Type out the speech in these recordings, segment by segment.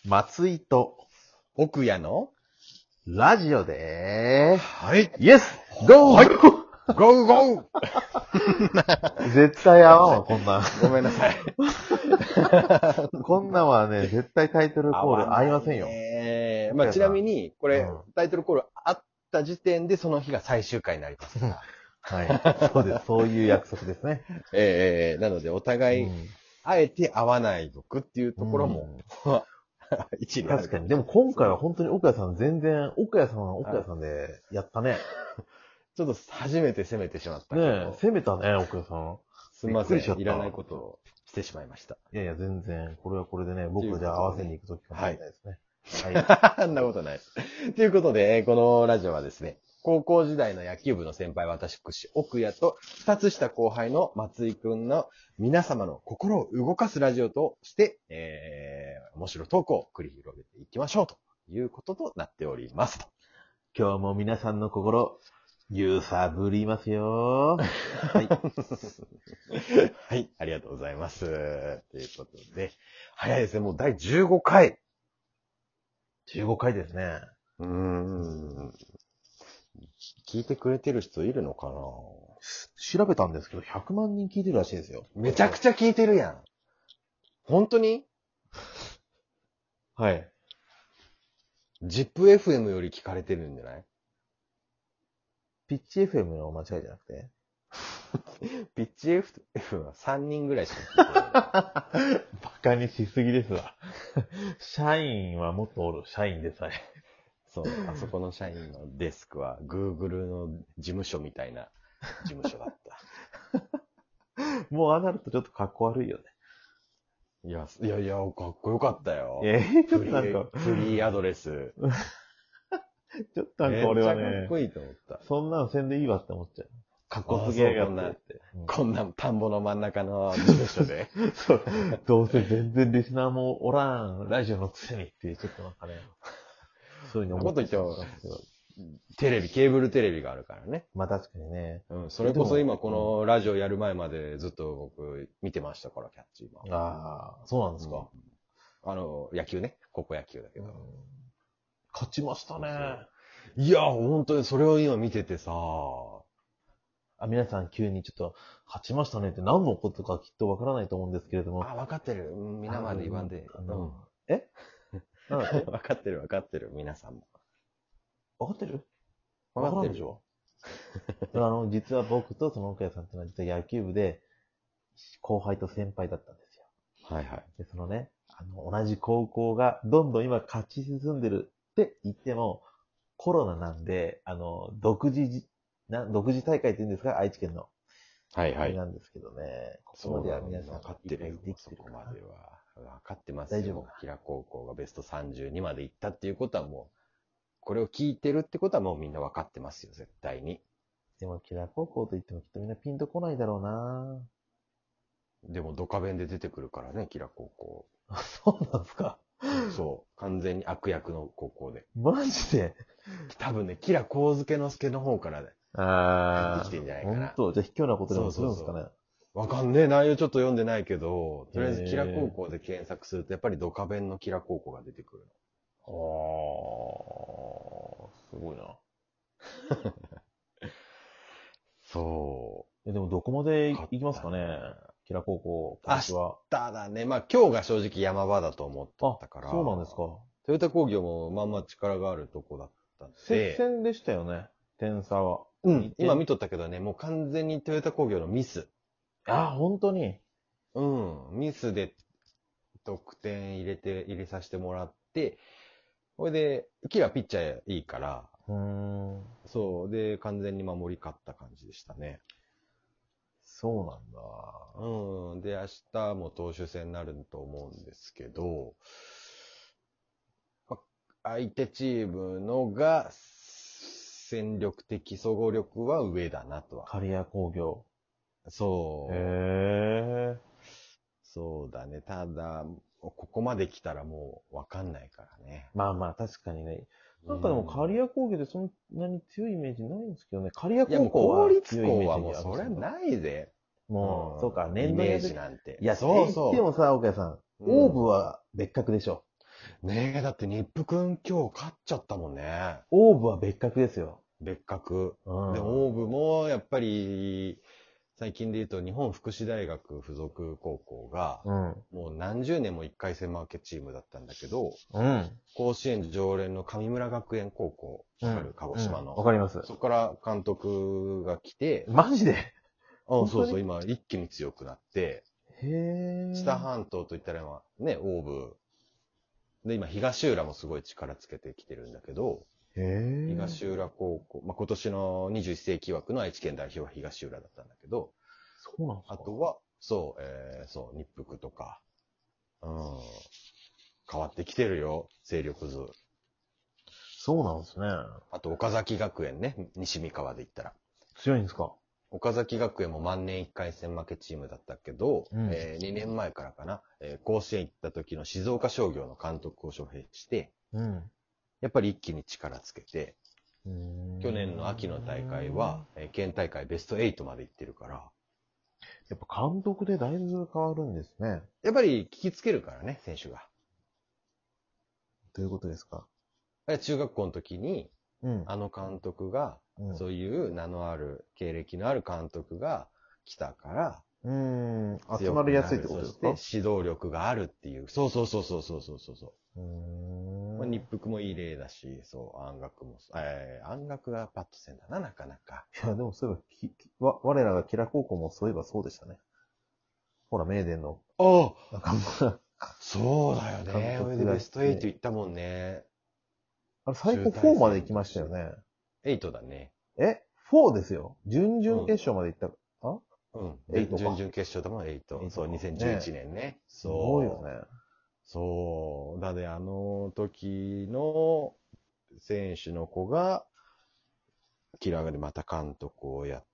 松井と奥谷のラジオではい。 イエスゴー、 はいゴーゴー絶対合わんわ、こんなん。 ごめんなさい。 こんなんはね、絶対タイトルコール合いませんよ。 まあちなみに、これ、 うんタイトルコールあった時点でその日が最終回になりますから。 はい。そうです。そういう約束ですね。 なのでお互い、あえて会わないとくっていうところも、一理ある。 確かに。でも今回は本当に奥谷さん全然、奥谷さんは奥谷さんでやったね。 ちょっと初めて攻めてしまったけど。 ねえ、攻めたね、奥谷さん。 すみません。 びっくりしちゃったいらないことをしてしまいました。 いやいや、全然。これはこれでね、僕がじゃあ合わせに行くときかもしれないですね。 そんなことない。ということで、このラジオはですね、高校時代の野球部の先輩、私、奥谷と、二つ下後輩の松井くんの皆様の心を動かすラジオとして、面白トークを繰り広げていきましょうということとなっておりますと。 今日も皆さんの心、揺さぶりますよ。はい。 はい、ありがとうございます。ということで、早いですね、もう第15回。 15回ですね。 聞いてくれてる人いるのかな？ 調べたんですけど、100万人聞いてるらしいですよ。 めちゃくちゃ聞いてるやん。本当に？ はい。 ZIPFM より聞かれてるんじゃない？ ピッチ FM の間違いじゃなくてピッチ FM は3人ぐらいしか聞いてない。 バカにしすぎですわ。社員はもっとおる、社員でさえ。 そう、あそこの社員のデスクは Google の事務所みたいな事務所だった。 もうああなるとちょっと格好悪いよね。 いや、かっこよかったよ。 ちょっとなんか、 フリーアドレス。 ちょっとなんか俺はね、 めっちゃかっこいいと思った。 そんなのせんでいいわって思っちゃう。かっこつけやがってって。 こんな田んぼの真ん中の事務所で。 そう。どうせ全然リスナーもおらん、ラジオのくせにっていう、ちょっとなんかね、そういうの思ってたんですけど。 ケーブルテレビがあるからね。 まあ確かにね。 それこそ今このラジオやる前までずっと僕見てましたから、キャッチ今。 ああ、そうなんですか。 野球ね。高校野球だけど。 勝ちましたね。 いや、本当にそれを今見ててさ。 皆さん急にちょっと、勝ちましたねって何のことかきっとわからないと思うんですけれども。 分かってる。皆まで言わんで。 えなんだって分かってる。皆さんも。 わかってるわかってるでしょ実は僕とその奥谷さんってのは実は野球部で、後輩と先輩だったんですよ。 はいはい。 で、そのね、同じ高校がどんどん今勝ち進んでるって言っても、コロナなんで、独自大会って言うんですか、愛知県の。 はいはい。 なんですけどね、ここまでは皆さん分かってるよ。そこまでは。分かってますよ。 大丈夫か。 キラ高校がベスト32まで行ったっていうことはもう、これを聞いてるってことはもうみんな分かってますよ、絶対に。 でも、キラ高校と言ってもきっとみんなピンとこないだろうな。 でも、ドカベンで出てくるからね、キラ高校。 そうなんですか。 そう。完全に悪役の高校で。 マジで多分ね、キラ光介之助の方からね、入ってきてんじゃないかな。 本当じゃあ、卑怯なことでもするんですかね。 わかんねえ。内容ちょっと読んでないけど、とりあえずキラ高校で検索すると、やっぱりドカベンのキラ高校が出てくるの。すごいな。 そう。 でも、どこまで行きますかね、キラ高校、 明日だね。まあ、今日が正直山場だと思ってたから。 そうなんですか。 トヨタ工業もまあまあ力があるとこだったんで。 接戦でしたよね、点差は。 今見とったけどね、もう完全にトヨタ工業のミス。 本当に。 ミスで得点入れさせてもらって、それで、キラピッチャーいいから、そう。で、完全に守り勝った感じでしたね。 そうなんだ。 で、明日も投手戦になると思うんですけど、相手チームのが、戦力的総合力は上だなとは。 刈谷工業。 そう。 へー。 そうだね。ただ、ここまで来たらもうわかんないからね。 まあまあ、確かにね。なんかでも、刈谷工業でそんなに強いイメージないんですけどね。刈谷高校は公立校はもうそれないぜ。 もう、そうか、 イメージなんて。 いや、そうそう。でもさ、岡谷さん、オーブは別格でしょ。 ねえ、だって日プくん今日勝っちゃったもんね。 オーブは別格ですよ。 別格。 うん。 で、オーブもやっぱり、最近で言うと日本福祉大学附属高校が、 うん。 もう何十年も一回戦負けチームだったんだけど、 うん。 甲子園常連の神村学園高校、わかる、 うん。 鹿児島の。 わかります。 そこから監督が来て、 マジでそうそう、 本当に今一気に強くなって、 へえ。 知多半島といったら今、ね、オーブ。で、今東浦もすごい力つけてきてるんだけど、 へえ。 東浦高校、まあ、今年の21世紀枠の愛知県代表は東浦だったんだけど、 そうなんですか。 あとは、そう、そう、日福とか、うん、変わってきてるよ、勢力図。 そうなんですね。 あと、岡崎学園ね、西三河で言ったら。 強いんですか。 岡崎学園も万年一回戦負けチームだったけど、 うん 2年前からかな、甲子園行った時の静岡商業の監督を招聘して、 うん。 やっぱり一気に力つけて、 うーん去年の秋の大会は、県大会ベスト8まで行ってるから、 やっぱ監督でだいぶ変わるんですね。 やっぱり聞きつけるからね、選手が。 どういうことですか。 中学校の時に、 うん。 あの監督が、 うん。 そういう名のある、経歴のある監督が来たから、 うーん。集強まりやすいっくなる。そしてことですか。 て指導力があるっていう。そうそうそうそうそうそうそう。 うーまあ、 ん。 日服もいい例だし、そう、安楽も、安楽がパッとせんだな、なかなか。 いや、でもそういえば我らがキラ高校もそういえばそうでしたね。ほら、名電のああ中村そうだよね。 監それ督が来でベスト8 て、 行ったもんね。 あれ最高4まで行きましたよね。 8だね。 え ?4 ですよ。準々 うん。 決勝まで行った、あうん。 エイトか準々決勝でも8。そう、2011 ね年ね。 すごいよそう。 ね。 そう。だね、あの時の選手の子が、キラーでまた監督をやって、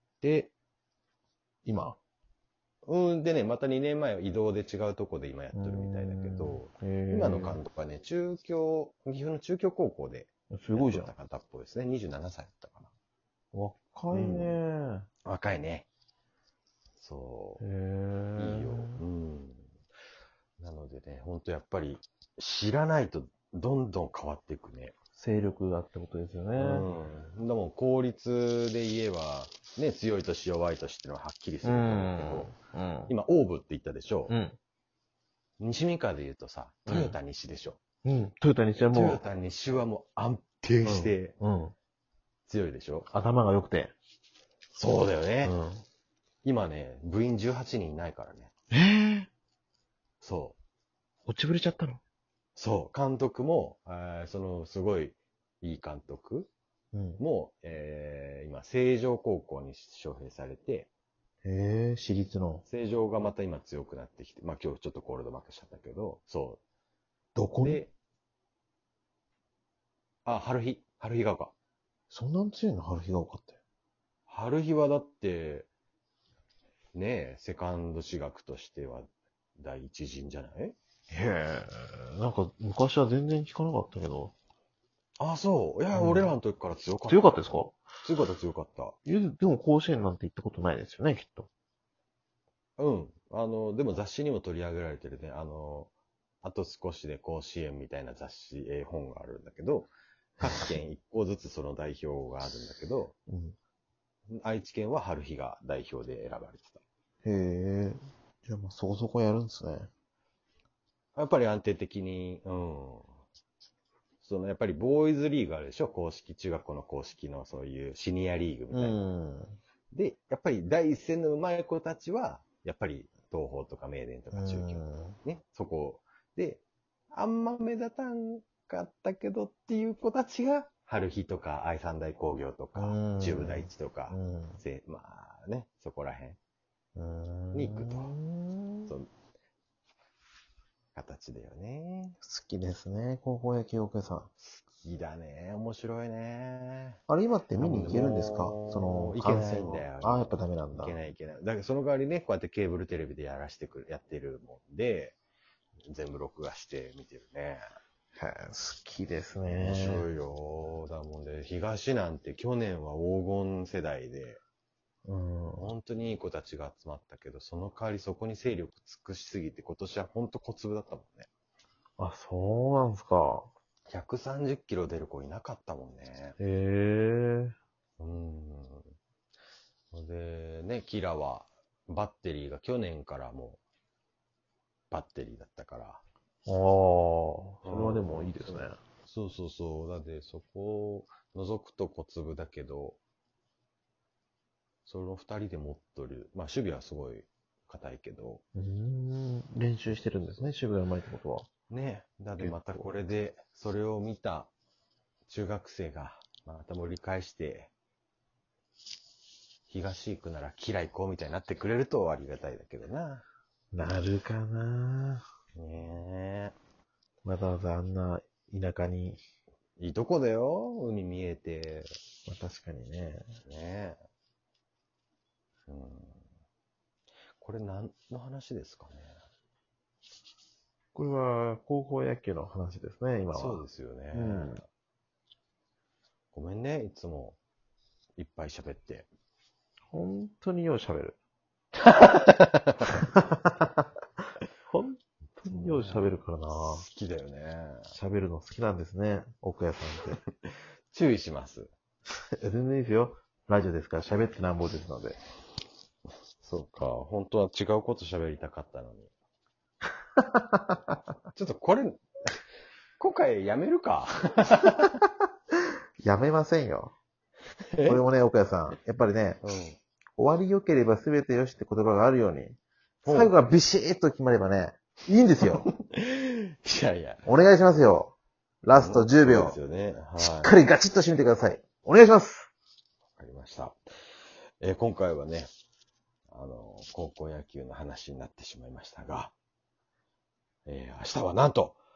今。 でね、また2年前は移動で違うとこで今やってるみたいだけど、今の監督はね、岐阜の中京高校ですごいじゃんやっとった。方っぽいですね。27歳だったかな。 若いね。 若いね。そへう。いいよ。 ー。 なのでね、ほんとやっぱり知らないとどんどん変わっていくね。 勢力がってことですよね。 でも効率で言えば、ね、強い年弱い年っていうのははっきりすると思うけど、今、オーブって言ったでしょ。 うん。 西三河で言うとさ、トヨタ西でしょ。 うん。トヨタにしてはもう、 トヨタ西はもう安定してうん。 強いでしょ。 頭が良くて。 そうだよね。 うん。 今ね、部員18人いないからね。そう。 落ちぶれちゃったのそう。監督も、すごいいい監督うん。 も、今、成城高校に招聘されて、 へえ、私立の。 成城がまた今強くなってきて、まあ今日ちょっとコールド負けしちゃったけど、そう。 どこにで、春日が丘。 そんなん強いの春日が丘って。 春日はだって、ねえ、セカンド私学としては第一陣じゃない？ へえ、なんか昔は全然聞かなかったけど。 あ、そう。いや、俺らの時から強かった。 強かったですか。 強かった、強かった。 でも甲子園なんて行ったことないですよね、きっと。 うん。でも雑誌にも取り上げられてるね。あと少しで甲子園みたいな雑誌、本があるんだけど、各県一個ずつその代表があるんだけど、 うん。 愛知県は春日が代表で選ばれてた。 へえ。じゃあまあそこそこやるんですね。 やっぱり安定的に、やっぱりボーイズリーグあるでしょ？公式、中学校の公式のそういうシニアリーグみたいな。で、やっぱり第一線の上手い子たちは、やっぱり東邦とか名電とか中京とかね、そこで、あんま目立たんかったけどっていう子たちが、春日とか愛三大工業とか、中部第一とか、まあね、そこら辺に行くと。そう形だよね。 好きですね、高校野球おけさん。 いいだね。面白いね。 あれ今って見に行けるんですか？そのいけ観戦を。 ないんだよ。 ああ、やっぱダメなんだ。 いけないいけない。だからその代わりね、こうやってケーブルテレビでやってるもんで、全部録画して見てるね。 へえ、好きですね。 面白いよ。だもんで、東なんて去年は黄金世代で、本当にいい子たちが集まったけど、その代わりそこに勢力尽くしすぎて、今年は本当小粒だったもんね。 あ、そうなんすか。 130キロ出る子いなかったもんね。 へえ。 で、ね、キラは、バッテリーが去年からもう、バッテリーだったから。 ああ、それはでもいいですね。 そうそうそう。だってそこを覗くと小粒だけど、その二人で持っとる。まあ守備はすごい硬いけど。 練習してるんですね、守備がうまいってことは。 ね。だってまたこれで、それを見た中学生が、また盛り返して、東行くならキラ行こうみたいになってくれるとありがたいだけどな。 なるかな。 ねわざわざあんな田舎に。 え。いいとこだよ。海見えて。 まあ確かにね。 ねえ。これ何の話ですかね。 これは高校野球の話ですね、今は。 そうですよね。ごめんね、いつもいっぱい喋って。 本当によう喋る。本当によう喋るからな。 好きだよね。 喋るの好きなんですね、奥谷さんって。 注意します。 全然いいですよ。ラジオですから喋ってなんぼですので。 そうか、本当は違うこと喋りたかったのに。ちょっとこれ、今回やめるか。 やめませんよ。これもね、奥谷さん。やっぱりね、終わり良ければ全て良しって言葉があるように、最後がビシッと決まればね、いいんですよ。 いやいや。 お願いしますよ。ラスト10秒。 そうですよね。はい。 しっかりガチッと締めてください。お願いします。 わかりました。今回はね、高校野球の話になってしまいましたが、明日はなんと、